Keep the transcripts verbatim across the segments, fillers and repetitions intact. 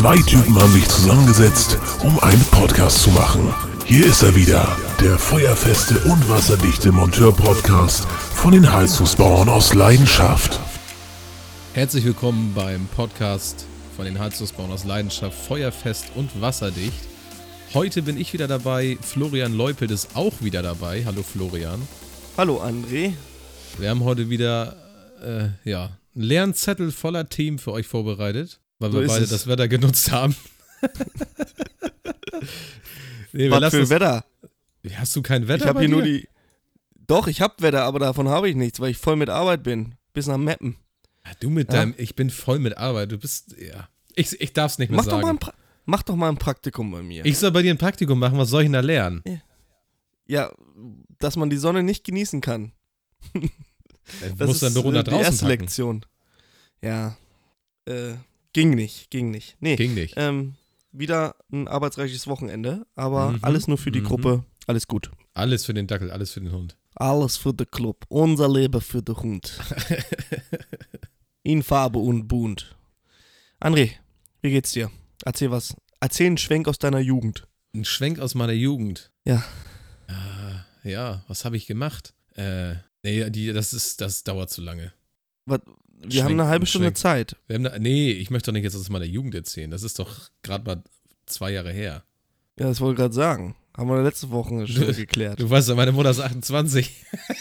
Zwei Typen haben sich zusammengesetzt, um einen Podcast zu machen. Hier ist er wieder, der feuerfeste und wasserdichte Monteur-Podcast von den Heizungsbauern aus Leidenschaft. Herzlich willkommen beim Podcast von den Heizungsbauern aus Leidenschaft, feuerfest und wasserdicht. Heute bin ich wieder dabei, Florian Leupelt ist auch wieder dabei. Hallo Florian. Hallo André. Wir haben heute wieder äh, ja, einen leeren Zettel voller Themen für euch vorbereitet, weil So wir ist beide es. das Wetter genutzt haben. nee, wir Was lassen für es- Wetter? Hast du kein Wetter Ich habe bei hier dir? nur die... Doch, ich habe Wetter, aber davon habe ich nichts, weil ich voll mit Arbeit bin. Bis nach Meppen. Ja, du mit Ja? deinem, ich bin voll mit Arbeit, du bist, ja, ich, ich darf es nicht mehr Mach doch, mal sagen. ein pra- Mach doch mal ein Praktikum bei mir. Ich soll bei dir ein Praktikum machen, was soll ich denn da lernen? ja, dass man die Sonne nicht genießen kann. Du Das musst dann ist nur runter äh, die draußen erste packen. Lektion. Ja, äh, ging nicht, ging nicht. Nee, Ging nicht. ähm, wieder ein arbeitsreiches Wochenende, aber Mhm, alles nur für die mhm. Gruppe, alles gut. Alles für den Dackel, alles für den Hund. Alles für den Club, unser Leben für den Hund. In Farbe und bunt. André, wie geht's dir? Erzähl was. Erzähl einen Schwenk aus deiner Jugend. Ein Schwenk aus meiner Jugend. Ja. Äh, ja, was habe ich gemacht? Äh, nee, die, das ist, das dauert zu lange. Was, wir Schwenk, haben eine halbe ein Stunde Schwenk. Zeit. Wir haben da, nee, ich möchte doch nicht jetzt aus meiner Jugend erzählen. Das ist doch gerade mal zwei Jahre her. Ja, das wollte ich gerade sagen. Haben wir letzte Woche schon geklärt. Du weißt ja, meine Mutter ist achtundzwanzig.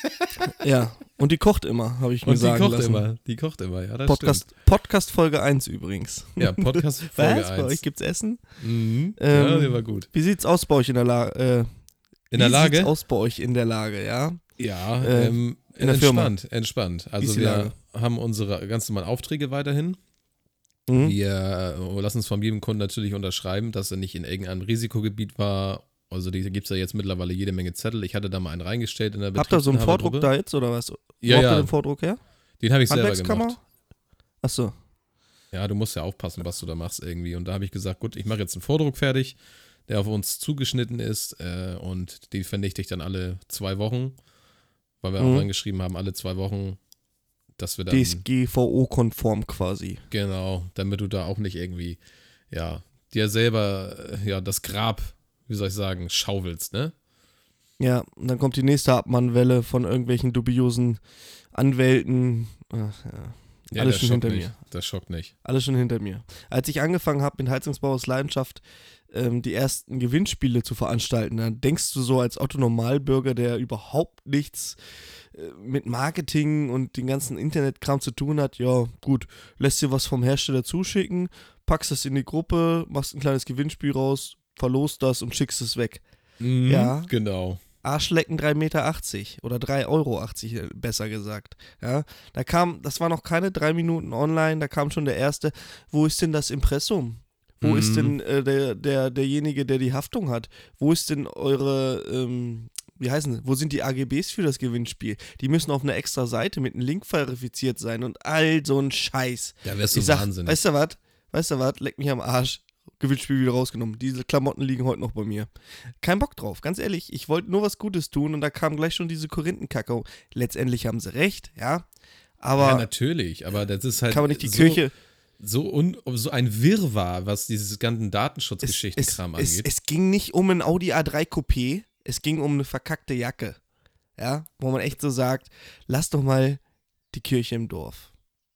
Ja, und die kocht immer, habe ich mir Und die sagen kocht lassen. immer. Die kocht immer, ja, das Podcast, Podcast Folge eins übrigens. stimmt. Ja, Podcast Folge Was? Bei eins. euch gibt's Essen? Mhm. Ähm, ja, der war gut. Wie sieht's aus bei euch in der Lage? Äh, In der wie Lage? sieht's aus bei euch in der Lage, ja? Ja, Äh, ähm, in der Firma. entspannt, entspannt. Wie ist Also die wir Lage? haben unsere ganz normalen Aufträge weiterhin. Mhm. Wir äh, lassen uns von jedem Kunden natürlich unterschreiben, dass er nicht in irgendeinem Risikogebiet war. Also da gibt es ja jetzt mittlerweile jede Menge Zettel. Ich hatte da mal einen reingestellt in der Habt ihr so einen Vordruck Betriebsinhabergruppe. da jetzt oder was? Wo Ja, habt ihr ja, den Vordruck her? den habe ich selber Handwerkskammer? gemacht. Achso. Ja, du musst ja aufpassen, was du da machst irgendwie. Und da habe ich gesagt, gut, ich mache jetzt einen Vordruck fertig, der auf uns zugeschnitten ist äh, und den vernichte ich dann alle zwei Wochen, weil wir Mhm. auch reingeschrieben haben, alle zwei Wochen, dass wir dann... D S G V O-konform quasi. Genau, damit du da auch nicht irgendwie, ja, dir selber, äh, ja, das Grab, wie soll ich sagen, schaufelst, ne? Ja, und dann kommt die nächste Abmahnwelle von irgendwelchen dubiosen Anwälten. Ach, ja. Ja, Alles das schon schockt hinter nicht. mir. Das schockt nicht. Alles schon hinter mir. Als ich angefangen habe, mit Heizungsbau aus Leidenschaft ähm, die ersten Gewinnspiele zu veranstalten, dann denkst du so als Otto-Normalbürger, der überhaupt nichts äh, mit Marketing und den ganzen Internetkram zu tun hat, ja gut, lässt dir was vom Hersteller zuschicken, packst das in die Gruppe, machst ein kleines Gewinnspiel raus, verlost das und schickst es weg. Mhm, Ja. Genau. Arschlecken drei Meter achtzig oder drei Euro achtzig, äh, besser gesagt. Ja, da kam, das war noch keine drei Minuten online, da kam schon der erste, wo ist denn das Impressum? Wo Mhm. ist denn äh, der, der, derjenige, der die Haftung hat? Wo ist denn eure, ähm, wie heißen, wo sind die A G Bs für das Gewinnspiel? Die müssen auf einer extra Seite mit einem Link verifiziert sein und all so ein Scheiß. Da wärst du Ich sag, wahnsinnig. weißt du was? Weißt du was? Leck mich am Arsch. Gewinnspiel wieder rausgenommen. Diese Klamotten liegen heute noch bei mir. Kein Bock drauf, ganz ehrlich. Ich wollte nur was Gutes tun und da kam gleich schon diese Korinthenkacke. Letztendlich haben sie recht, ja. Aber ja, natürlich, aber das ist halt kann man nicht die so, Kirche. so, un, so ein Wirrwarr, was dieses ganzen Es, Datenschutzgeschichtenkram es, es, angeht. es ging nicht um ein Audi A drei Coupé, es ging um eine verkackte Jacke. Ja, wo man echt so sagt, lass doch mal die Kirche im Dorf.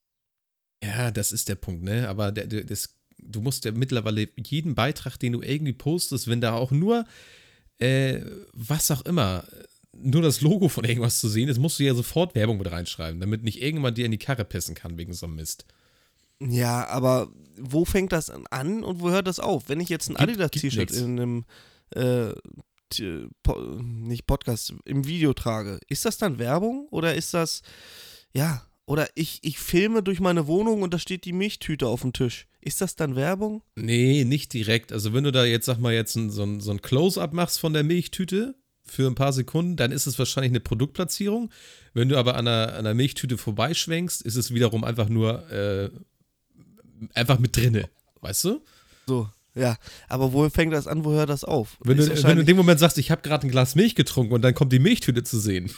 Ja, das ist der Punkt, ne? Aber der, der, das, du musst ja mittlerweile jeden Beitrag, den du irgendwie postest, wenn da auch nur, äh, was auch immer, nur das Logo von irgendwas zu sehen ist, musst du ja sofort Werbung mit reinschreiben, damit nicht irgendjemand dir in die Karre pissen kann wegen so einem Mist. Ja, aber wo fängt das an und wo hört das auf? Wenn ich jetzt ein Gibt- Adidas-T-Shirt gibt nix. in einem, äh, t- po, nicht Podcast, im Video trage, ist das dann Werbung oder ist das, ja, oder ich, ich filme durch meine Wohnung und da steht die Milchtüte auf dem Tisch. Ist das dann Werbung? Nee, nicht direkt. Also wenn du da jetzt, sag mal, jetzt ein, so ein, so ein Close-Up machst von der Milchtüte für ein paar Sekunden, dann ist es wahrscheinlich eine Produktplatzierung. Wenn du aber an einer, an einer Milchtüte vorbeischwenkst, ist es wiederum einfach nur äh, einfach mit drinne. Weißt du? So, ja. Aber wo fängt das an, wo hört das auf? Wenn du, Ist wenn du in wahrscheinlich- dem Moment sagst, ich habe gerade ein Glas Milch getrunken und dann kommt die Milchtüte zu sehen,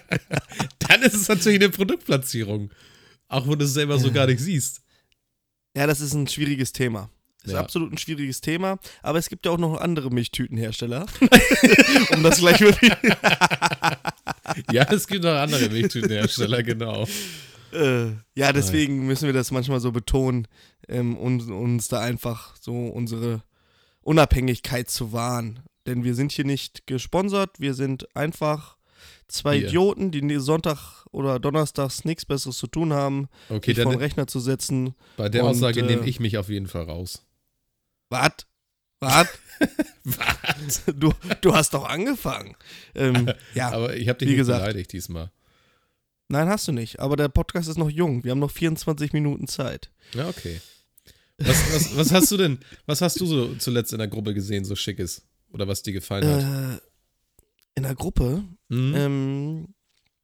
dann ist es natürlich eine Produktplatzierung. Auch wenn du es selber so Ja. gar nicht siehst. Ja, das ist ein schwieriges Thema. Das ist Ja. absolut ein schwieriges Thema, aber es gibt ja auch noch andere Milchtütenhersteller. um das gleich wirklich. Ja, es gibt noch andere Milchtütenhersteller, genau. äh, ja, deswegen müssen wir das manchmal so betonen, ähm, und uns da einfach so unsere Unabhängigkeit zu wahren. Denn wir sind hier nicht gesponsert, wir sind einfach zwei Hier. Idioten, die Sonntag oder Donnerstags nichts Besseres zu tun haben, Okay, sich vor den dann Rechner zu setzen. bei der und, Aussage äh, nehme ich mich auf jeden Fall raus. Was? Was? Was? Du, du hast doch angefangen. Ähm, ja, Aber ich habe dich wie nicht gesagt. beleidigt diesmal. nein, hast du nicht. Aber der Podcast ist noch jung. Wir haben noch vierundzwanzig Minuten Zeit. Ja, okay. Was, was, was hast du denn, was hast du so zuletzt in der Gruppe gesehen, so schickes? Oder was dir gefallen hat? Äh, in der Gruppe? Mhm. Ähm,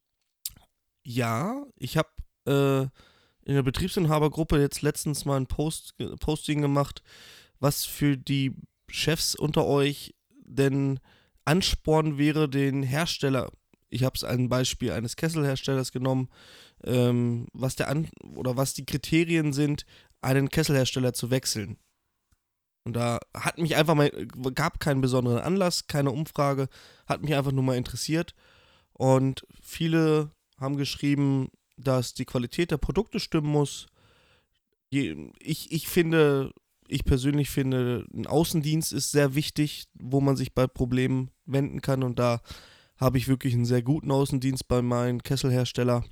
ja, ich habe äh, in der Betriebsinhabergruppe jetzt letztens mal ein Post, Posting gemacht, was für die Chefs unter euch denn Ansporn wäre, den Hersteller, ich habe es ein Beispiel eines Kesselherstellers genommen, ähm, was der An oder was die Kriterien sind, einen Kesselhersteller zu wechseln. Und da hat mich einfach mal, gab keinen besonderen Anlass, keine Umfrage, hat mich einfach nur mal interessiert. Und viele haben geschrieben, dass die Qualität der Produkte stimmen muss. Je- Ich, ich finde, ich persönlich finde, ein Außendienst ist sehr wichtig, wo man sich bei Problemen wenden kann. Und da habe ich wirklich einen sehr guten Außendienst bei meinem Kesselhersteller.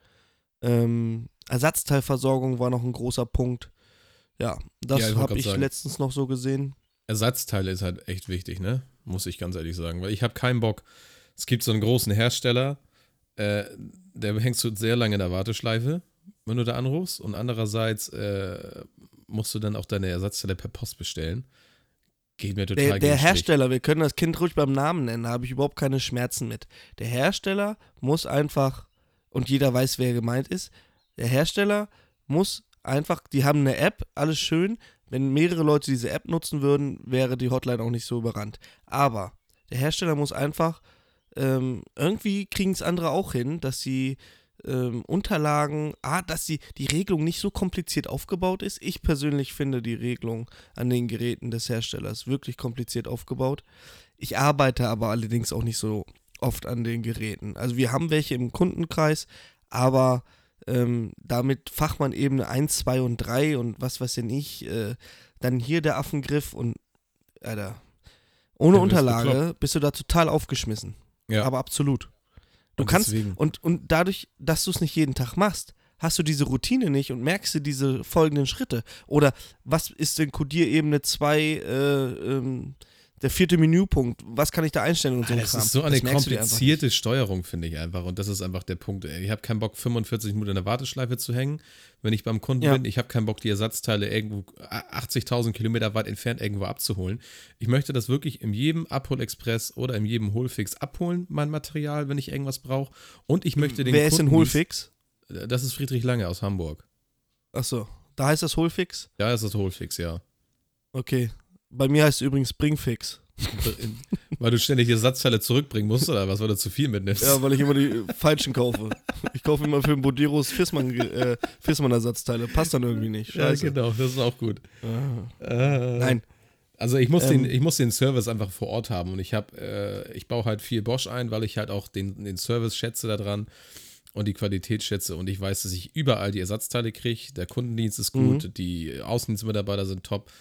Ähm, Ersatzteilversorgung war noch ein großer Punkt. Ja, Ja, das ich wollte habe grad ich sagen. letztens noch so gesehen. Ersatzteile ist halt echt wichtig, ne? Muss ich ganz ehrlich sagen. Weil ich habe keinen Bock. Es gibt so einen großen Hersteller, äh, der hängst du sehr lange in der Warteschleife, wenn du da anrufst. Und andererseits äh, musst du dann auch deine Ersatzteile per Post bestellen. Geht mir total Der, der gegen den Strich. Hersteller, wir können das Kind ruhig beim Namen nennen, da habe ich überhaupt keine Schmerzen mit. Der Hersteller muss einfach, und jeder weiß, wer gemeint ist, der Hersteller muss einfach, die haben eine App, alles schön. Wenn mehrere Leute diese App nutzen würden, wäre die Hotline auch nicht so überrannt. Aber der Hersteller muss einfach, ähm, irgendwie kriegen es andere auch hin, dass sie ähm, Unterlagen, ah, dass die, die Regelung nicht so kompliziert aufgebaut ist. Ich persönlich finde die Regelung an den Geräten des Herstellers wirklich kompliziert aufgebaut. Ich arbeite aber allerdings auch nicht so oft an den Geräten. Also wir haben welche im Kundenkreis, aber ähm, damit Fachmann-Ebene eins, zwei und drei und was weiß denn ich, äh, dann hier der Affengriff und, Alter, ohne Ja, du bist Unterlage bekloppt. bist du da total aufgeschmissen. Ja. Aber absolut. Du Und kannst, deswegen. und, und dadurch, dass du es nicht jeden Tag machst, hast du diese Routine nicht und merkst du diese folgenden Schritte. Oder was ist denn Codierebene zwei, äh, ähm, der vierte Menüpunkt, was kann ich da einstellen und so Ah, ein das Kram. ist so eine Das merkst du dir einfach komplizierte Steuerung, finde ich einfach. Und das ist einfach der Punkt. ey. Ich habe keinen Bock, fünfundvierzig Minuten in der Warteschleife zu hängen, wenn ich beim Kunden Ja. bin. Ich habe keinen Bock, die Ersatzteile irgendwo achtzigtausend Kilometer weit entfernt irgendwo abzuholen. Ich möchte das wirklich in jedem Abholexpress oder in jedem Holfix abholen, mein Material, wenn ich irgendwas brauche. Und ich möchte den Wer ist Kunden... denn Holfix? Das ist Friedrich Lange aus Hamburg. Achso, da heißt das Holfix? Ja, das ist Holfix, ja. Okay. Bei mir heißt es übrigens Bringfix. Weil du ständig Ersatzteile zurückbringen musst, oder was, weil du zu viel mitnimmst? Ja, weil ich immer die falschen kaufe. Ich kaufe immer für den Boderos Fissmann, äh, Fissmann-Ersatzteile. Passt dann irgendwie nicht. Ja, Scheiße. genau, das ist auch gut. Ah. Äh, Nein. Also ich muss, Ähm, den, ich muss den Service einfach vor Ort haben und ich habe, äh, ich baue halt viel Bosch ein, weil ich halt auch den, den Service schätze daran und die Qualität schätze und ich weiß, dass ich überall die Ersatzteile kriege. Der Kundendienst ist gut, Mhm. die Außendienstmitarbeiter sind top.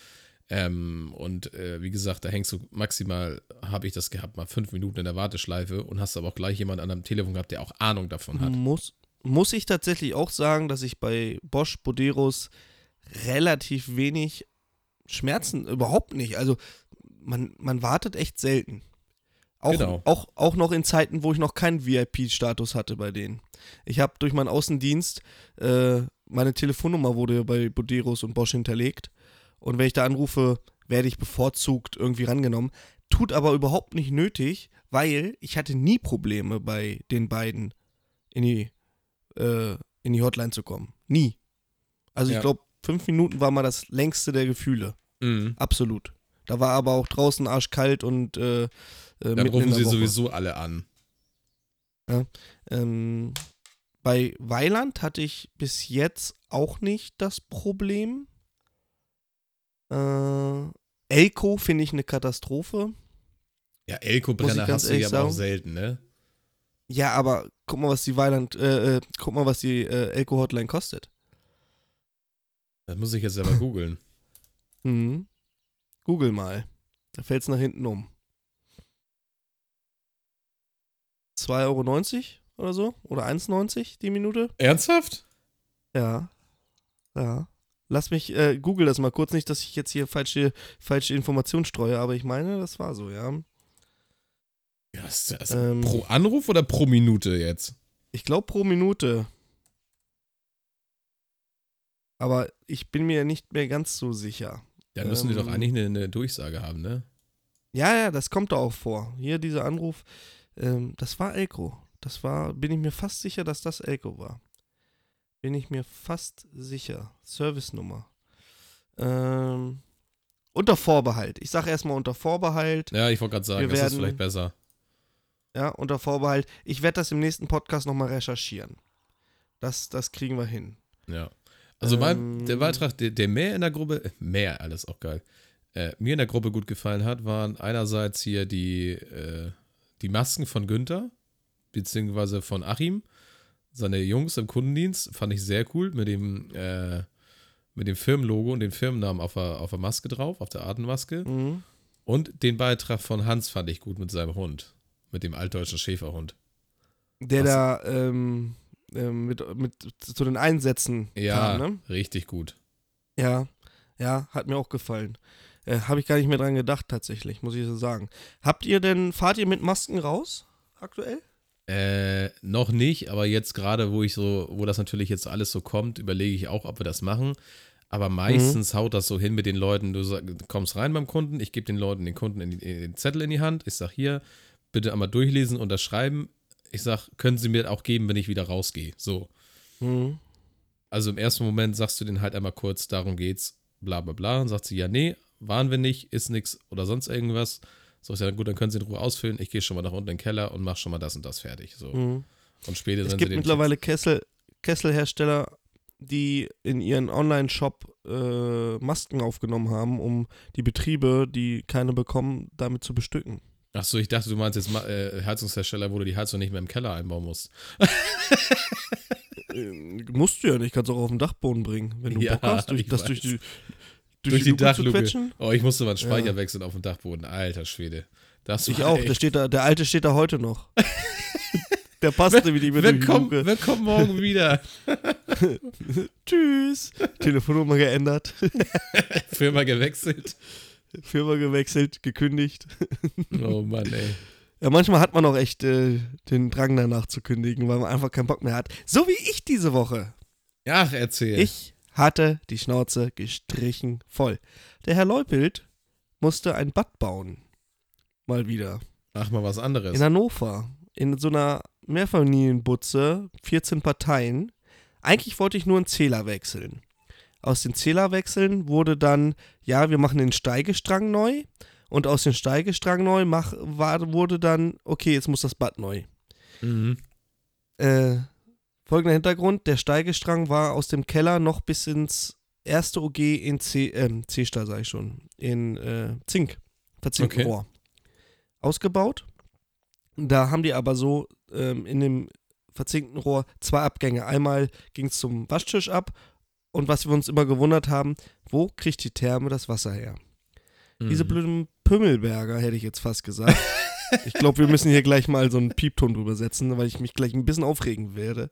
Ähm, und äh, wie gesagt, da hängst du maximal, habe ich das gehabt, mal fünf Minuten in der Warteschleife und hast aber auch gleich jemanden an einem Telefon gehabt, der auch Ahnung davon hat. Muss, muss ich tatsächlich auch sagen, dass ich bei Bosch Boderos relativ wenig Schmerzen, überhaupt nicht. Also man, man wartet echt selten. Auch, Genau. auch, auch noch in Zeiten, wo ich noch keinen V I P-Status hatte bei denen. Ich habe durch meinen Außendienst, äh, meine Telefonnummer wurde bei Boderos und Bosch hinterlegt. Und wenn ich da anrufe, werde ich bevorzugt irgendwie rangenommen. Tut aber überhaupt nicht nötig, weil ich hatte nie Probleme bei den beiden in die, äh, in die Hotline zu kommen. Nie. Also Ja. ich glaube, fünf Minuten war mal das längste der Gefühle. Mhm. Absolut. Da war aber auch draußen arschkalt und äh, äh, Dann mitten in rufen der sie Woche. sowieso alle an. Ähm, bei Weiland hatte ich bis jetzt auch nicht das Problem. Äh, Elko finde ich eine Katastrophe. Ja, Elko-Brenner ganz hast du ja ehrlich aber auch sagen. selten, ne? Ja, aber guck mal, was die Weiland, äh, äh, guck mal, was die äh, Elko-Hotline kostet. Das muss ich jetzt selber googeln. Mhm. Google mal. Da fällt es nach hinten um. zwei Euro neunzig oder so? Oder eins neunzig die Minute? Ernsthaft? Ja. Ja. Lass mich, äh, google das mal kurz, nicht, dass ich jetzt hier falsche, falsche Informationen streue, aber ich meine, das war so, ja. Ja, ist das Ähm. pro Anruf oder pro Minute jetzt? Ich glaube pro Minute. Aber ich bin mir nicht mehr ganz so sicher. Da müssen die doch Ähm. eigentlich eine, eine Durchsage haben, ne? Ja, ja, das kommt da auch vor. Hier dieser Anruf, ähm, das war Elko. Das war, bin ich mir fast sicher, dass das Elko war. Bin ich mir fast sicher. Service-Nummer. Ähm, unter Vorbehalt. Ich sage erstmal unter Vorbehalt. Ja, ich wollte gerade sagen, Wir das ist werden- vielleicht besser. Ja, unter Vorbehalt. Ich werde das im nächsten Podcast nochmal recherchieren. Das, das kriegen wir hin. Ja. Also mein, Ähm. der Beitrag, der, der mehr in der Gruppe, äh, mehr, alles auch geil, äh, mir in der Gruppe gut gefallen hat, waren einerseits hier die, äh, die Masken von Günther, beziehungsweise von Achim, seine Jungs im Kundendienst, fand ich sehr cool, mit dem, äh, mit dem Firmenlogo und dem Firmennamen auf der, auf der Maske drauf, auf der Atemmaske. Mhm. Und den Beitrag von Hans fand ich gut mit seinem Hund, mit dem altdeutschen Schäferhund. Der Was- da ähm, ähm, mit, mit zu den Einsätzen Ja, kam, ne? richtig gut. Ja, ja, hat mir auch gefallen. Äh, Habe ich gar nicht mehr dran gedacht, tatsächlich, muss ich so sagen. Habt ihr denn, fahrt ihr mit Masken raus, aktuell? Äh, noch nicht, aber jetzt gerade, wo ich so, wo das natürlich jetzt alles so kommt, überlege ich auch, ob wir das machen. Aber meistens haut das so hin mit den Leuten, du sag, kommst rein beim Kunden, ich gebe den Leuten den Kunden in die, in den Zettel in die Hand, ich sag hier, bitte einmal durchlesen, unterschreiben. Ich sag, können Sie mir auch geben, wenn ich wieder rausgehe. So. Mhm. Also im ersten Moment sagst du denen halt einmal kurz, darum geht's, bla bla bla. Und sagt sie, ja, nee, waren wir nicht, ist nix oder sonst irgendwas. So ist ja gut, dann können Sie in Ruhe ausfüllen. Ich gehe schon mal nach unten in den Keller und mach schon mal das und das fertig. So. Mhm. Und später, Es wenn gibt sie den mittlerweile Kessel, Kesselhersteller, die in ihren Online-Shop äh, Masken aufgenommen haben, um die Betriebe, die keine bekommen, damit zu bestücken. Achso, ich dachte, du meinst jetzt Ma- äh, Heizungshersteller, wo du die Heizung nicht mehr im Keller einbauen musst. Äh, musst du ja nicht, kannst auch auf den Dachboden bringen, wenn du Ja, Bock hast, durch, ich das weiß. durch die, durch Durch die Luke Dachluke. zu quetschen. Oh, ich musste mal einen Speicher Ja. wechseln auf dem Dachboden. Alter Schwede. Das Ich war auch, echt- der, steht da, der alte steht da heute noch. Der passte wie die mit Wer durch die kommt, Luke. wer kommt morgen wieder? Tschüss. Telefonnummer geändert, Firma gewechselt. Firma gewechselt, gekündigt. Oh Mann, ey. Ja, manchmal hat man auch echt äh, den Drang danach zu kündigen, weil man einfach keinen Bock mehr hat. So wie ich diese Woche. Ach, erzähl. Ich hatte die Schnauze gestrichen voll. Der Herr Leupelt musste ein Bad bauen. Mal wieder. Ach, mal was anderes. In Hannover. In so einer Mehrfamilienbutze, vierzehn Parteien. Eigentlich wollte ich nur einen Zähler wechseln. Aus den Zählerwechseln wurde dann, ja, wir machen den Steigestrang neu. Und aus dem Steigestrang neu mach, war, wurde dann, okay, jetzt muss das Bad neu. Mhm. Äh, folgender Hintergrund, der Steigestrang war aus dem Keller noch bis ins erste O G in C, äh, C-Stahl, sag ich schon, in äh, Zink, verzinkten Okay. Rohr, ausgebaut. Da haben die aber so ähm, in dem verzinkten Rohr zwei Abgänge. Einmal ging es zum Waschtisch ab und was wir uns immer gewundert haben, wo kriegt die Therme das Wasser her? Diese Mhm. blöden Pümmelberger, hätte ich jetzt fast gesagt. Ich glaube, wir müssen hier gleich mal so einen Piepton drüber setzen, weil ich mich gleich ein bisschen aufregen werde.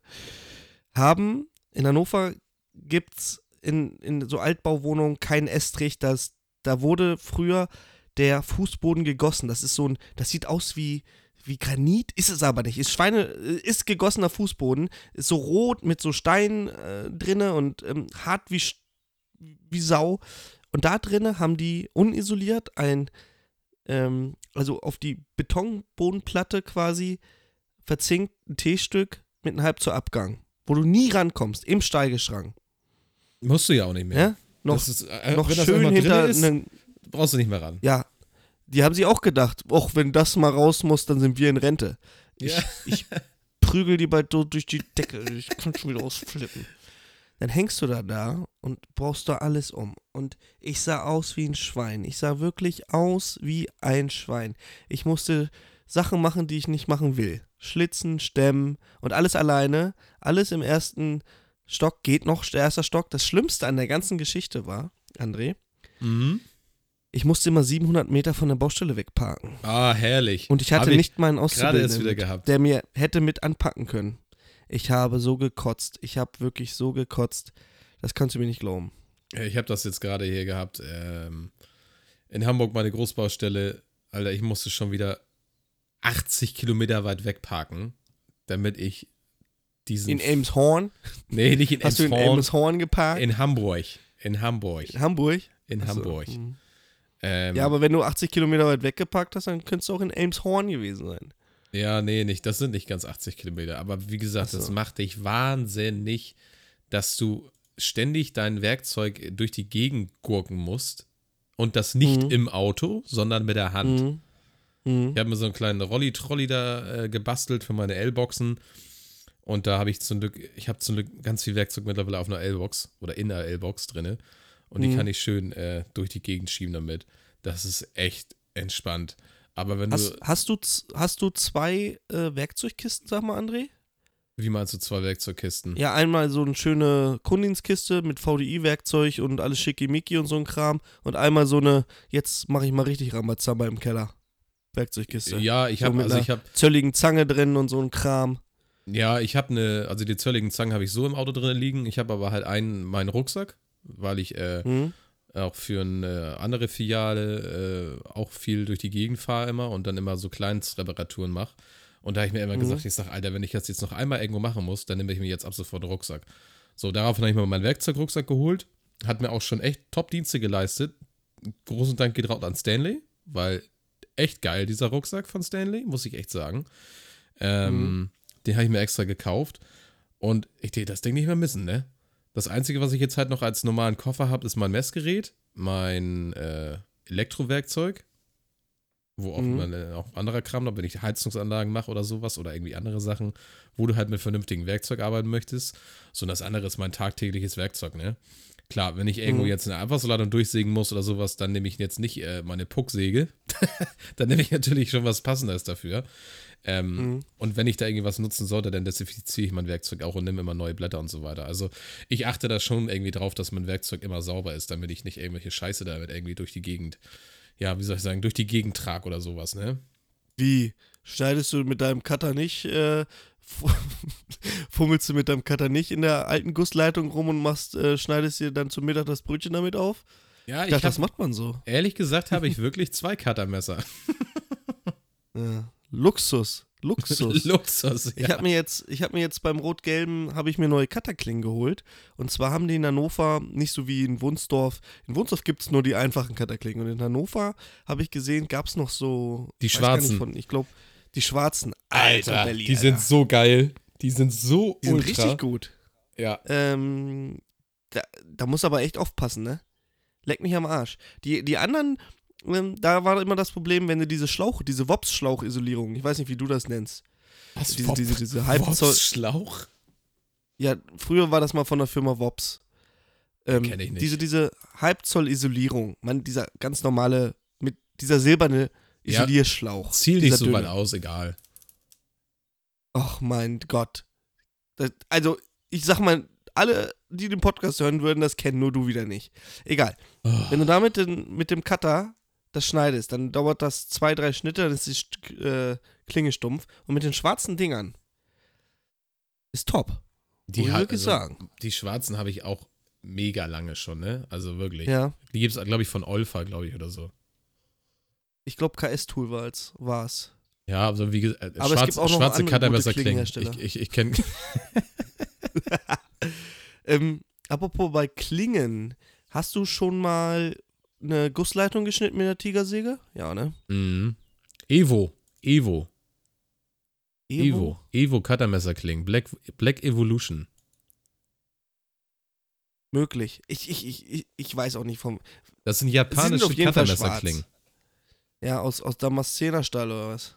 Haben, in Hannover gibt es in, in so Altbauwohnungen keinen Estrich. Das, da wurde früher der Fußboden gegossen. Das ist so ein, das sieht aus wie, wie Granit, ist es aber nicht. Ist Schweine, ist gegossener Fußboden, ist so rot mit so Steinen äh, drinne und ähm, hart wie, Sch- wie Sau. Und da drinne haben die unisoliert ein, ähm, also auf die Betonbodenplatte quasi verzinkt ein T-Stück mit einem halb zu Abgang, wo du nie rankommst, im Steigeschrank. Musst du ja auch nicht mehr. Ja? Noch, Das ist, äh, noch wenn das schön einmal hinter drin ist, einem, brauchst du nicht mehr ran. ja, die haben sich auch gedacht, och, wenn das mal raus muss, dann sind wir in Rente. Ich, Ja. ich prügel die bald so durch die Decke, ich kann schon wieder ausflippen. dann hängst du da da und brauchst da alles um. Und ich sah aus wie ein Schwein. Ich sah wirklich aus wie ein Schwein. Ich musste Sachen machen, die ich nicht machen will. Schlitzen, stemmen und alles alleine. Alles im ersten Stock geht noch, der erste Stock. Das Schlimmste an der ganzen Geschichte war, André, Mhm. ich musste immer siebenhundert Meter von der Baustelle wegparken. Ah, herrlich. Und ich hatte Hab ich nicht meinen gerade erst Auszubildenden, wieder mit, gehabt. der mir hätte mit anpacken können. Ich habe so gekotzt. Ich habe wirklich so gekotzt. Das kannst du mir nicht glauben. Ich habe das jetzt gerade hier gehabt. Ähm, in Hamburg meine Großbaustelle. Alter, ich musste schon wieder achtzig Kilometer weit wegparken, damit ich diesen... In Elmshorn? Nee, nicht in Hast du in Elmshorn. Elmshorn geparkt? In Hamburg. In Hamburg. In Hamburg? In Ach so, Hamburg. hm. Ähm, Ja, aber wenn du achtzig Kilometer weit weggeparkt hast, dann könntest du auch in Elmshorn gewesen sein. Ja, nee, nicht. Das sind nicht ganz achtzig Kilometer. Aber wie gesagt, Ach so. das macht dich wahnsinnig, dass du ständig dein Werkzeug durch die Gegend gurken musst. Und das nicht Mhm. im Auto, sondern mit der Hand. Mhm. Mhm. Ich habe mir so einen kleinen Rolli-Trolli da äh, gebastelt für meine L-Boxen. Und da habe ich zum Glück, ich habe zum Glück ganz viel Werkzeug mittlerweile auf einer L-Box oder in einer L-Box drinne. Und die Mhm. kann ich schön äh, durch die Gegend schieben damit. Das ist echt entspannt. Aber wenn Hast, du, hast, du, z- hast du zwei äh, Werkzeugkisten, sag mal, André? wie meinst du, zwei Werkzeugkisten? Ja, einmal so eine schöne Kundendienstkiste mit V D I-Werkzeug und alles schickimicki und so ein Kram. Und einmal so eine, jetzt mache ich mal richtig Rambazamba im Keller. Werkzeugkiste. Ja, ich So habe, mit also einer ich habe, zölligen Zange drin und so ein Kram. ja, ich habe eine, also die zölligen Zangen habe ich so im Auto drin liegen. Ich habe aber halt einen, meinen Rucksack, weil ich äh, Hm? auch für eine andere Filiale äh, auch viel durch die Gegend fahre immer und dann immer so Kleinstreparaturen mache. Und da habe ich mir immer Mhm. gesagt, ich sage, Alter, wenn ich das jetzt noch einmal irgendwo machen muss, dann nehme ich mir jetzt ab sofort einen Rucksack. So, daraufhin habe ich mir meinen Werkzeugrucksack geholt. Hat mir auch schon echt Top-Dienste geleistet. Großen Dank geht raus an Stanley, weil echt geil, dieser Rucksack von Stanley, muss ich echt sagen. Ähm, Den habe ich mir extra gekauft. Und ich denke, das Ding nicht mehr missen, ne? Das Einzige, was ich jetzt halt noch als normalen Koffer habe, ist mein Messgerät, mein äh, Elektrowerkzeug, wo auch, Mhm. mal, auch anderer Kram, noch, wenn ich Heizungsanlagen mache oder sowas oder irgendwie andere Sachen, wo du halt mit vernünftigem Werkzeug arbeiten möchtest. So, und das andere ist mein tagtägliches Werkzeug, ne? Klar, wenn ich irgendwo Mhm. jetzt eine Abwasserladung durchsägen muss oder sowas, dann nehme ich jetzt nicht äh, meine Pucksäge. Dann nehme ich natürlich schon was Passendes dafür. Ähm, Mhm. Und wenn ich da irgendwie was nutzen sollte, dann desinfiziere ich mein Werkzeug auch und nehme immer neue Blätter und so weiter. Also ich achte da schon irgendwie drauf, dass mein Werkzeug immer sauber ist, damit ich nicht irgendwelche Scheiße damit irgendwie durch die Gegend, ja, wie soll ich sagen, durch die Gegend trage oder sowas, ne? Wie? Schneidest du mit deinem Cutter nicht, äh, fu- fummelst du mit deinem Cutter nicht in der alten Gussleitung rum und machst, äh, schneidest dir dann zum Mittag das Brötchen damit auf? Ja, Ich ich dachte, das hab, macht man so. ehrlich gesagt habe ich wirklich zwei Cuttermesser. Ja. Luxus. Luxus. Luxus, Ich ja. habe mir jetzt, ich habe mir jetzt beim Rot-Gelben habe ich mir neue Cutterklingen geholt. Und zwar haben die in Hannover nicht so wie in Wunsdorf. In Wunsdorf gibt es nur die einfachen Cutterklingen. Und in Hannover habe ich gesehen, gab es noch so Die weiß gar nicht schwarzen. Von, ich glaube, die schwarzen. Alter, Belly, die Alter. sind so geil. Die sind so Die sind ultra. richtig gut. Ja. Ähm, da, da muss aber echt aufpassen, ne? Leck mich am Arsch. Die, die anderen, ähm, da war immer das Problem, wenn du diese Schlauch, diese Wops-Schlauchisolierung, ich weiß nicht, wie du das nennst. Was, Diese, diese, diese Wops Halbzoll. Schlauch? Ja, früher war das mal von der Firma Wops. Ähm, Kenn ich nicht. Diese, diese Halbzoll-Isolierung, man, dieser ganz normale, mit dieser silberne Ja, Isolierschlauch. Ziel nicht dieser so dünne. weit aus, egal. Ach mein Gott. Das, also, ich sag mal, alle, die den Podcast hören würden, das kennen, nur du wieder nicht. Egal. Oh. Wenn du damit den, mit dem Cutter das schneidest, dann dauert das zwei, drei Schnitte, dann ist die St- äh, Klinge stumpf. Und mit den schwarzen Dingern ist top. Die, Muss ich hat- wirklich sagen. die schwarzen habe ich auch mega lange schon, ne? Also wirklich. Ja. Die gibt es, glaube ich, von Olfa, glaube ich, oder so. Ich glaube, K S-Tool war es. War's. Ja, also wie gesagt, äh, Aber es schwarz, gibt auch noch schwarze andere Cuttermesser gute klingen. Klingenhersteller. Ich, ich, ich kenne. ähm, apropos bei Klingen, hast du schon mal eine Gussleitung geschnitten mit der Tigersäge? Ja, ne? Mhm. Evo. Evo. Evo. Evo Cuttermesser klingen. Black, Black Evolution. Möglich. Ich, ich, ich, ich, ich weiß auch nicht vom. Das sind Sie sind japanische auf jeden Fall Cuttermesser schwarz. klingen. Ja, aus, aus Damaszener-Stahl oder was?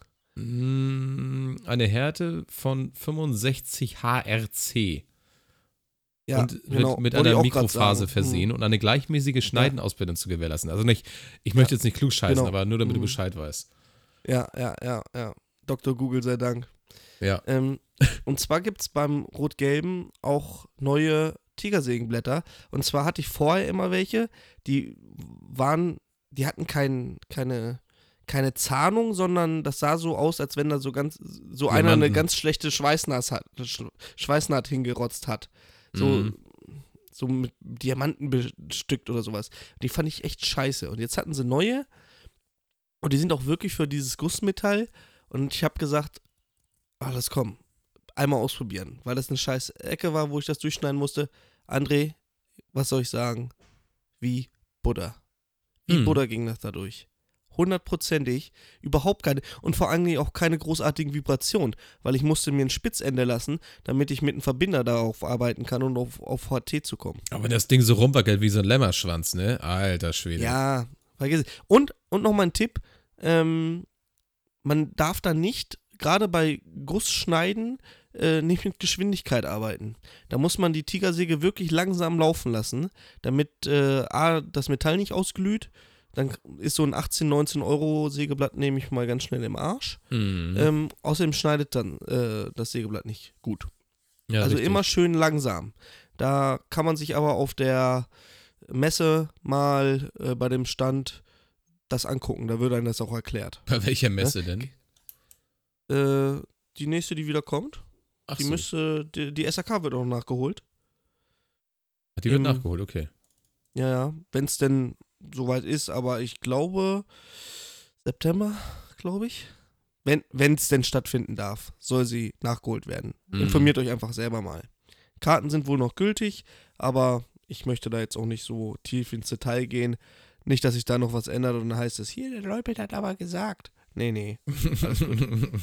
Mm, Eine Härte von fünfundsechzig H R C. Ja, und genau. mit, mit Wollte ich einer auch grad Mikrophase sagen. versehen Mhm. und eine gleichmäßige Schneidenausbildung zu gewährleisten. Also nicht, ich möchte jetzt nicht klug scheißen, Genau. aber nur damit du Mhm. Bescheid weißt. Ja, ja, ja, ja. Doktor Google sei Dank. Ja. Ähm, und zwar gibt es beim Rot-Gelben auch neue Tigersägenblätter. Und zwar hatte ich vorher immer welche, die waren, die hatten kein, keine, keine Zahnung, sondern das sah so aus, als wenn da so ganz, so einer eine Diamanten. ganz schlechte Schweißnaht, hat, Sch- Schweißnaht hingerotzt hat. So, Mhm. so mit Diamanten bestückt oder sowas. Die fand ich echt scheiße. Und jetzt hatten sie neue und die sind auch wirklich für dieses Gussmetall. Und ich habe gesagt, alles komm, einmal ausprobieren, weil das eine scheiß Ecke war, wo ich das durchschneiden musste. André, was soll ich sagen? Wie Butter. Wie Hm. Butter ging das da durch. Hundertprozentig, überhaupt keine, und vor allem auch keine großartigen Vibrationen, weil ich musste mir ein Spitzende lassen, damit ich mit einem Verbinder darauf arbeiten kann und auf, auf H T zu kommen. Aber wenn das Ding so rumwackelt wie so ein Lämmerschwanz, ne? Alter Schwede. Ja, vergiss es. Und, und noch mal ein Tipp, ähm, man darf da nicht, gerade bei Gussschneiden, äh, nicht mit Geschwindigkeit arbeiten. Da muss man die Tigersäge wirklich langsam laufen lassen, damit äh, A, das Metall nicht ausglüht. Dann ist so ein achtzehn, neunzehn Euro Sägeblatt nehme ich mal ganz schnell im Arsch. Mhm. Ähm, außerdem schneidet dann äh, das Sägeblatt nicht gut. Ja, also richtig. immer schön langsam. Da kann man sich aber auf der Messe mal äh, bei dem Stand das angucken. Da wird einem das auch erklärt. Bei welcher Messe denn? Äh, die nächste, die wieder kommt, Ach die so. müsste, die, die S A K wird auch nachgeholt. Die wird im- nachgeholt, okay. Ja, ja, wenn es denn soweit ist, aber ich glaube September, glaube ich. Wenn es denn stattfinden darf, soll sie nachgeholt werden. Mhm. Informiert euch einfach selber mal. Karten sind wohl noch gültig, aber ich möchte da jetzt auch nicht so tief ins Detail gehen. Nicht, dass sich da noch was ändert und dann heißt es, hier, der Leupelt hat aber gesagt. Nee, nee. Alles gut.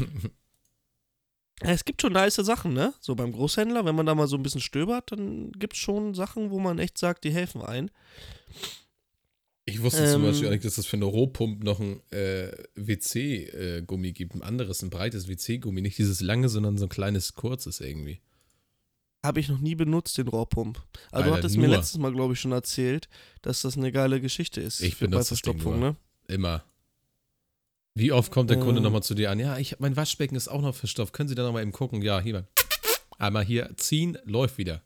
Ja, es gibt schon nice Sachen, ne? So beim Großhändler, wenn man da mal so ein bisschen stöbert, dann gibt es schon Sachen, wo man echt sagt, die helfen ein. Ich wusste zum Ähm, Beispiel auch nicht, dass es für eine Rohpump noch ein äh, W C-Gummi gibt. Ein anderes, ein breites W C-Gummi. Nicht dieses lange, sondern so ein kleines, kurzes irgendwie. Habe ich noch nie benutzt, den Rohrpump. Aber du Alter, hattest mir nur. letztes Mal, glaube ich, schon erzählt, dass das eine geile Geschichte ist Ich für bei benutze das Ding Verstopfung, nur. ne? Immer. Wie oft kommt der Kunde Ähm. nochmal zu dir an? Ja, ich, mein Waschbecken ist auch noch verstopft. Können Sie da nochmal eben gucken? Ja, hier mal. Einmal hier ziehen, läuft wieder.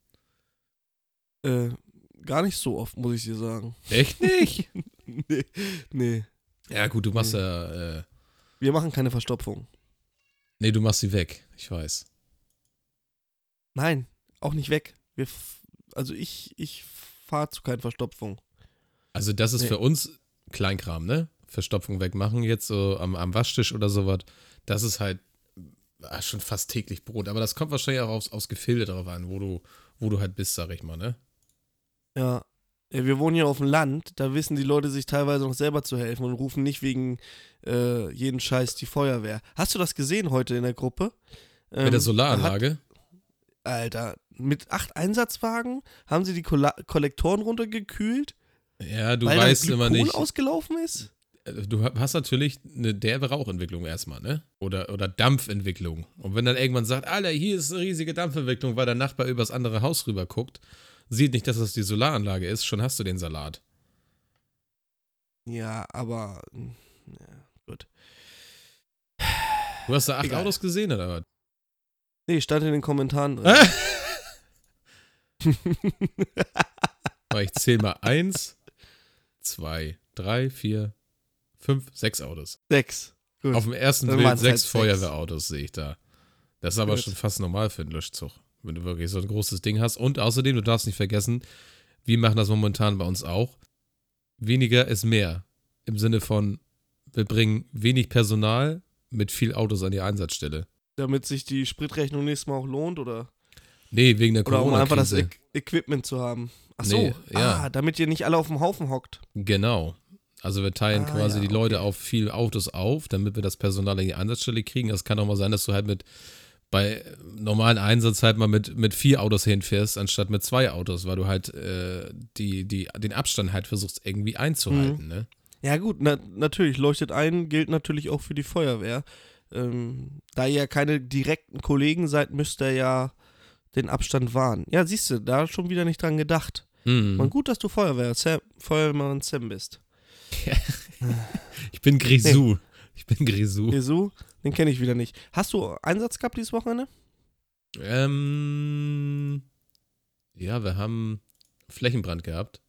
Äh, gar nicht so oft, muss ich dir sagen. Echt nicht? nee, nee. Ja, gut, du machst ja. Äh, Wir machen keine Verstopfung. nee, du machst sie weg. Ich weiß. Nein, auch nicht weg. Wir f- also ich, ich fahre zu keiner Verstopfung. Also, das ist Nee. für uns Kleinkram, ne? Verstopfung wegmachen, jetzt so am, am Waschtisch oder sowas. Das ist halt ah, schon fast täglich Brot. Aber das kommt wahrscheinlich auch aufs, aufs Gefilde drauf an, wo du, wo du halt bist, sag ich mal, ne? Ja. Ja, wir wohnen hier auf dem Land, da wissen die Leute sich teilweise noch selber zu helfen und rufen nicht wegen äh, jeden Scheiß die Feuerwehr. Hast du das gesehen heute in der Gruppe? Ähm, Mit der da Solaranlage. Hat, Alter, mit acht Einsatzwagen haben sie die Kolla Kollektoren runtergekühlt, Ja, du weil weißt da immer Glykol nicht. ausgelaufen ist? Du hast natürlich eine derbe Rauchentwicklung erstmal, ne? Oder, oder Dampfentwicklung. Und wenn dann irgendwann sagt, Alter, hier ist eine riesige Dampfentwicklung, weil der Nachbar übers andere Haus rüber guckt, sieht nicht, dass das die Solaranlage ist, schon hast du den Salat. Ja, aber hm, ja, gut. Du hast da acht Egal. Autos gesehen, oder was? Nee, stand in den Kommentaren drin. Aber ich zähle mal eins, zwei, drei, vier, fünf, sechs Autos. Sechs. Gut. Auf dem ersten Dann Bild waren's sechs halt sechs. Feuerwehrautos, sehe ich da. Das ist aber Gut. schon fast normal für einen Löschzug, wenn du wirklich so ein großes Ding hast. Und außerdem, du darfst nicht vergessen, wir machen das momentan bei uns auch. Weniger ist mehr. Im Sinne von, wir bringen wenig Personal mit viel Autos an die Einsatzstelle. Damit sich die Spritrechnung nächstes Mal auch lohnt, oder? Nee, wegen der Oder um einfach das Corona-Krise. e Equipment zu haben. Ach so, Nee, ja. ah, damit ihr nicht alle auf dem Haufen hockt. Genau. Also wir teilen Ah, quasi ja, die Leute auf viel Autos auf, damit wir das Personal in die Einsatzstelle kriegen. Es kann auch mal sein, dass du halt mit bei normalen Einsatz halt mal mit, mit vier Autos hinfährst, anstatt mit zwei Autos, weil du halt äh, die, die, den Abstand halt versuchst irgendwie einzuhalten, ne? Ja gut, na, natürlich, leuchtet ein, gilt natürlich auch für die Feuerwehr. Ähm, da ihr ja keine direkten Kollegen seid, müsst ihr ja den Abstand wahren. Ja, siehst du, da schon wieder nicht dran gedacht. Mhm. Man, gut, dass du Feuerwehr, Sam, Feuerwehrmann Sam bist. Ich bin Grisou. Nee. Ich bin Grisou. Grisou? Den kenne ich wieder nicht. Hast du Einsatz gehabt dieses Wochenende? Ähm, ja, wir haben Flächenbrand gehabt.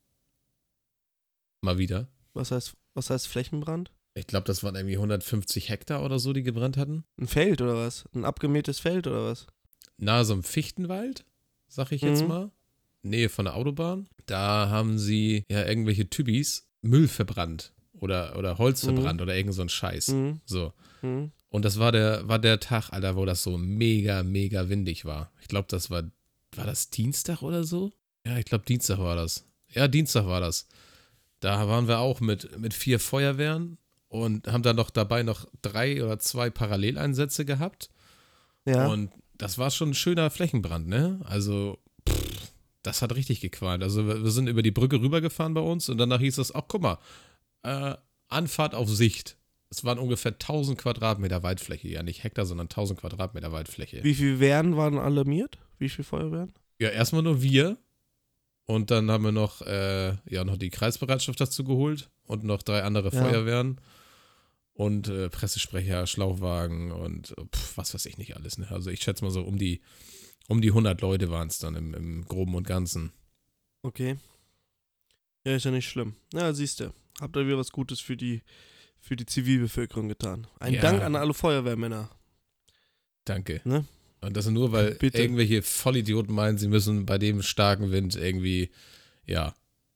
Mal wieder. Was heißt, was heißt Flächenbrand? Ich glaube, das waren irgendwie hundertfünfzig Hektar oder so, die gebrannt hatten. Ein Feld oder was? Ein abgemähtes Feld oder was? Nahe so einem Fichtenwald, sag ich jetzt Mhm. mal. Nähe von der Autobahn. Da haben sie ja irgendwelche Typis Müll verbrannt. Oder, oder Holz Mhm. verbrannt oder irgend so ein Scheiß. Mhm. So. Mhm. Und das war der, war der Tag, Alter, wo das so mega, mega windig war. Ich glaube, das war, war das Dienstag oder so? Ja, ich glaube, Dienstag war das. Ja, Dienstag war das. Da waren wir auch mit, mit vier Feuerwehren und haben dann noch dabei noch drei oder zwei Paralleleinsätze gehabt. Ja. Und das war schon ein schöner Flächenbrand, ne? Also, pff, das hat richtig gequalmt. Also, wir, wir sind über die Brücke rübergefahren bei uns und danach hieß es, ach, guck mal, äh, Anfahrt auf Sicht. Es waren ungefähr tausend Quadratmeter Waldfläche. Ja, nicht Hektar, sondern tausend Quadratmeter Waldfläche. Wie viele Wehren waren alarmiert? Wie viele Feuerwehren? Ja, erstmal nur wir. Und dann haben wir noch, äh, ja, noch die Kreisbereitschaft dazu geholt und noch drei andere Ja. Feuerwehren und äh, Pressesprecher, Schlauchwagen und pf, was weiß ich nicht alles. Ne? Also ich schätze mal so um die, um die hundert Leute waren es dann im, im Groben und Ganzen. Okay. Ja, ist ja nicht schlimm. Na, siehst du. Habt ihr wieder was Gutes für die, für die Zivilbevölkerung getan. Ein Ja. Dank an alle Feuerwehrmänner. Danke. Ne? Und das nur, weil Bitte. irgendwelche Vollidioten meinen, sie müssen bei dem starken Wind irgendwie, ja,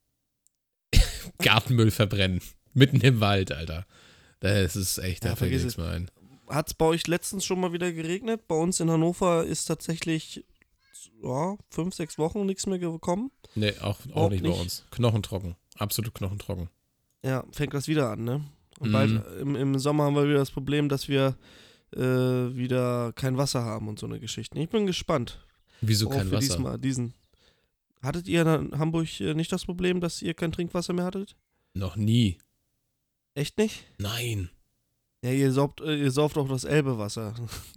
Gartenmüll verbrennen. Mitten im Wald, Alter. Das ist echt, da Ja, fällt vergiss nichts mehr ein. Hat es bei euch letztens schon mal wieder geregnet? Bei uns in Hannover ist tatsächlich ja, fünf, sechs Wochen nichts mehr gekommen. Nee, auch, auch Überhaupt nicht bei nicht. uns. Knochentrocken. Absolut knochentrocken. Ja, fängt das wieder an, ne? Und Mhm. bald im, im Sommer haben wir wieder das Problem, dass wir äh, wieder kein Wasser haben und so eine Geschichte. Ich bin gespannt. Wieso worauf kein wir Wasser? Diesmal, diesen. Hattet ihr in Hamburg äh, nicht das Problem, dass ihr kein Trinkwasser mehr hattet? Noch nie. Echt nicht? Nein. Ja, ihr sauft, äh, ihr sauft auch das Elbewasser.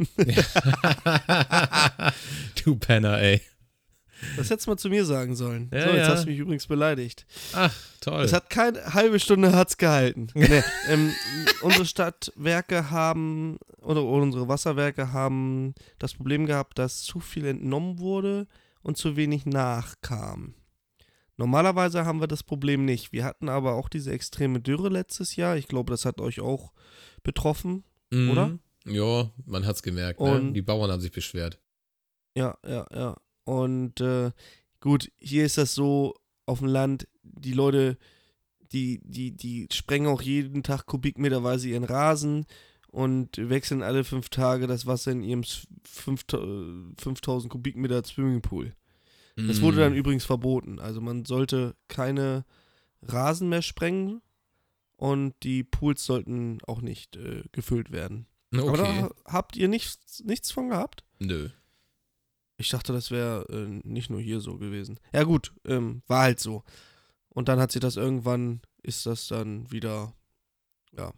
Du Penner, ey. Das hättest du mal zu mir sagen sollen. Ja, so, jetzt ja. hast du mich übrigens beleidigt. Ach, toll. Es hat keine halbe Stunde hat's gehalten. Nee, ähm, unsere Stadtwerke haben, oder unsere Wasserwerke haben das Problem gehabt, dass zu viel entnommen wurde und zu wenig nachkam. Normalerweise haben wir das Problem nicht. Wir hatten aber auch diese extreme Dürre letztes Jahr. Ich glaube, das hat euch auch betroffen, Mhm. oder? Ja, man hat's gemerkt, ne? Und- Die Bauern haben sich beschwert. Ja, ja, ja. Und äh, gut, hier ist das so auf dem Land, die Leute, die, die, die sprengen auch jeden Tag kubikmeterweise ihren Rasen und wechseln alle fünf Tage das Wasser in ihrem fünftausend Kubikmeter Swimmingpool. Das wurde dann Mhm. übrigens verboten. Also man sollte keine Rasen mehr sprengen und die Pools sollten auch nicht äh, gefüllt werden. Okay. Aber da habt ihr nichts, nichts von gehabt? Nö. Ich dachte, das wäre äh, nicht nur hier so gewesen. Ja gut, ähm, war halt so. Und dann hat sich das irgendwann, ist das dann wieder, ja,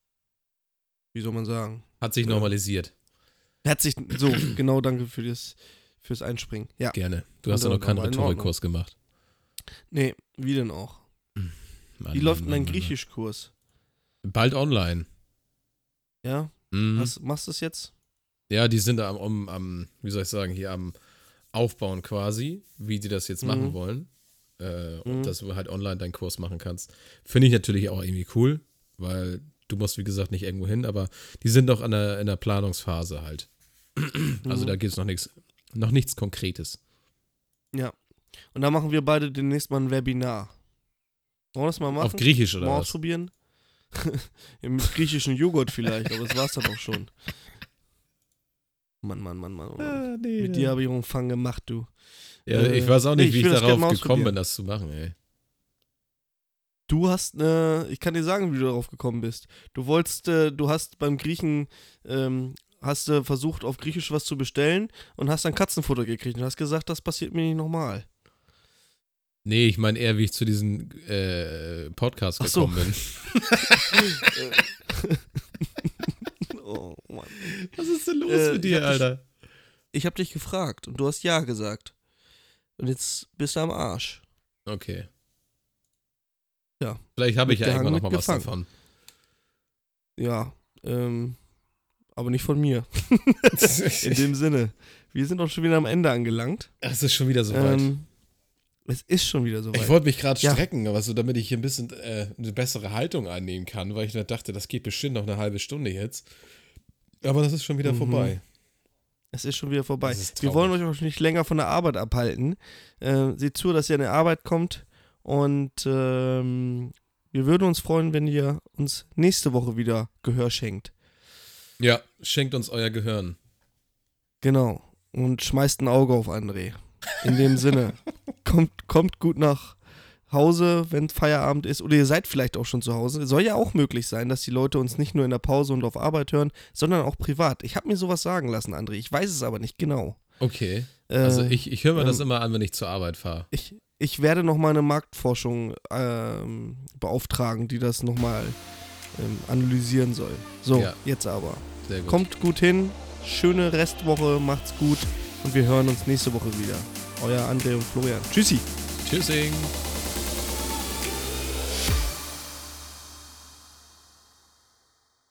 wie soll man sagen? Hat sich Ja. normalisiert. Hat sich, so, genau, danke für das, fürs Einspringen. Ja, Gerne. Du hast ja Und, noch keinen aber in Rhetorikkurs gemacht. nee, wie denn auch? Mann, Wie läuft Mann, denn dein Mann, Mann. Griechischkurs? Bald online. Ja, Mhm. Hast, machst du es jetzt? Ja, die sind da am, am, am, wie soll ich sagen, hier am Aufbauen quasi, wie die das jetzt machen Mhm. wollen. Äh, Mhm. Und dass du halt online deinen Kurs machen kannst. Finde ich natürlich auch irgendwie cool, weil du musst, wie gesagt, nicht irgendwo hin, aber die sind noch an der, in der Planungsphase halt. Also Mhm. da gibt es noch nichts, noch nichts Konkretes. Ja. Und dann machen wir beide demnächst mal ein Webinar. Wollen wir das mal machen? Auf Griechisch oder mal was? ausprobieren? Im griechischen Joghurt vielleicht, aber das war's dann auch schon. Mann, Mann, Mann, Mann. Mann. Ah, nee, Mit dir habe ich einen Fang gemacht, du. ja, äh, ich weiß auch nee, nicht, ich wie ich will das darauf gerne mal gekommen ausprobieren. bin, das zu machen, ey. Du hast, äh, ich kann dir sagen, wie du darauf gekommen bist. Du wolltest, äh, du hast beim Griechen, ähm, hast du versucht, auf Griechisch was zu bestellen und hast dann Katzenfutter gekriegt und hast gesagt, das passiert mir nicht nochmal. Nee, ich meine eher, wie ich zu diesem äh, Podcast Ach so. gekommen bin. Oh Mann. Was ist denn los Äh, mit ich dir, hab dich- Alter? Ich habe dich gefragt und du hast ja gesagt. Und jetzt bist du am Arsch. Okay. Ja. Vielleicht habe ich ja Mitgehangen, irgendwann noch mal was mitgefangen. davon. Ja, ähm, aber nicht von mir. In dem Sinne. Wir sind auch schon wieder am Ende angelangt. Es ist schon wieder soweit. Ähm, es ist schon wieder soweit. Ich wollte mich gerade Ja. strecken, aber so, damit ich hier ein bisschen äh, eine bessere Haltung einnehmen kann, weil ich mir dachte, das geht bestimmt noch eine halbe Stunde jetzt. Aber das ist schon wieder Mhm. vorbei. Es ist schon wieder vorbei. Das ist Wir traurig. wollen euch auch nicht länger von der Arbeit abhalten. Äh, seht zu, dass ihr an die Arbeit kommt. Und ähm, wir würden uns freuen, wenn ihr uns nächste Woche wieder Gehör schenkt. Ja, schenkt uns euer Gehirn. Genau. Und schmeißt ein Auge auf André. In dem Sinne. Kommt, kommt gut nach Hause, wenn Feierabend ist. Oder ihr seid vielleicht auch schon zu Hause. Soll ja auch möglich sein, dass die Leute uns nicht nur in der Pause und auf Arbeit hören, sondern auch privat. Ich habe mir sowas sagen lassen, André. Ich weiß es aber nicht genau. Okay. Äh, Also ich, ich höre mir das ähm, immer an, wenn ich zur Arbeit fahre. Ich, ich werde nochmal eine Marktforschung ähm, beauftragen, die das nochmal ähm, analysieren soll. So, Ja. jetzt aber. Sehr gut. Kommt gut hin, schöne Restwoche, macht's gut und wir hören uns nächste Woche wieder. Euer André und Florian. Tschüssi. Tschüssing.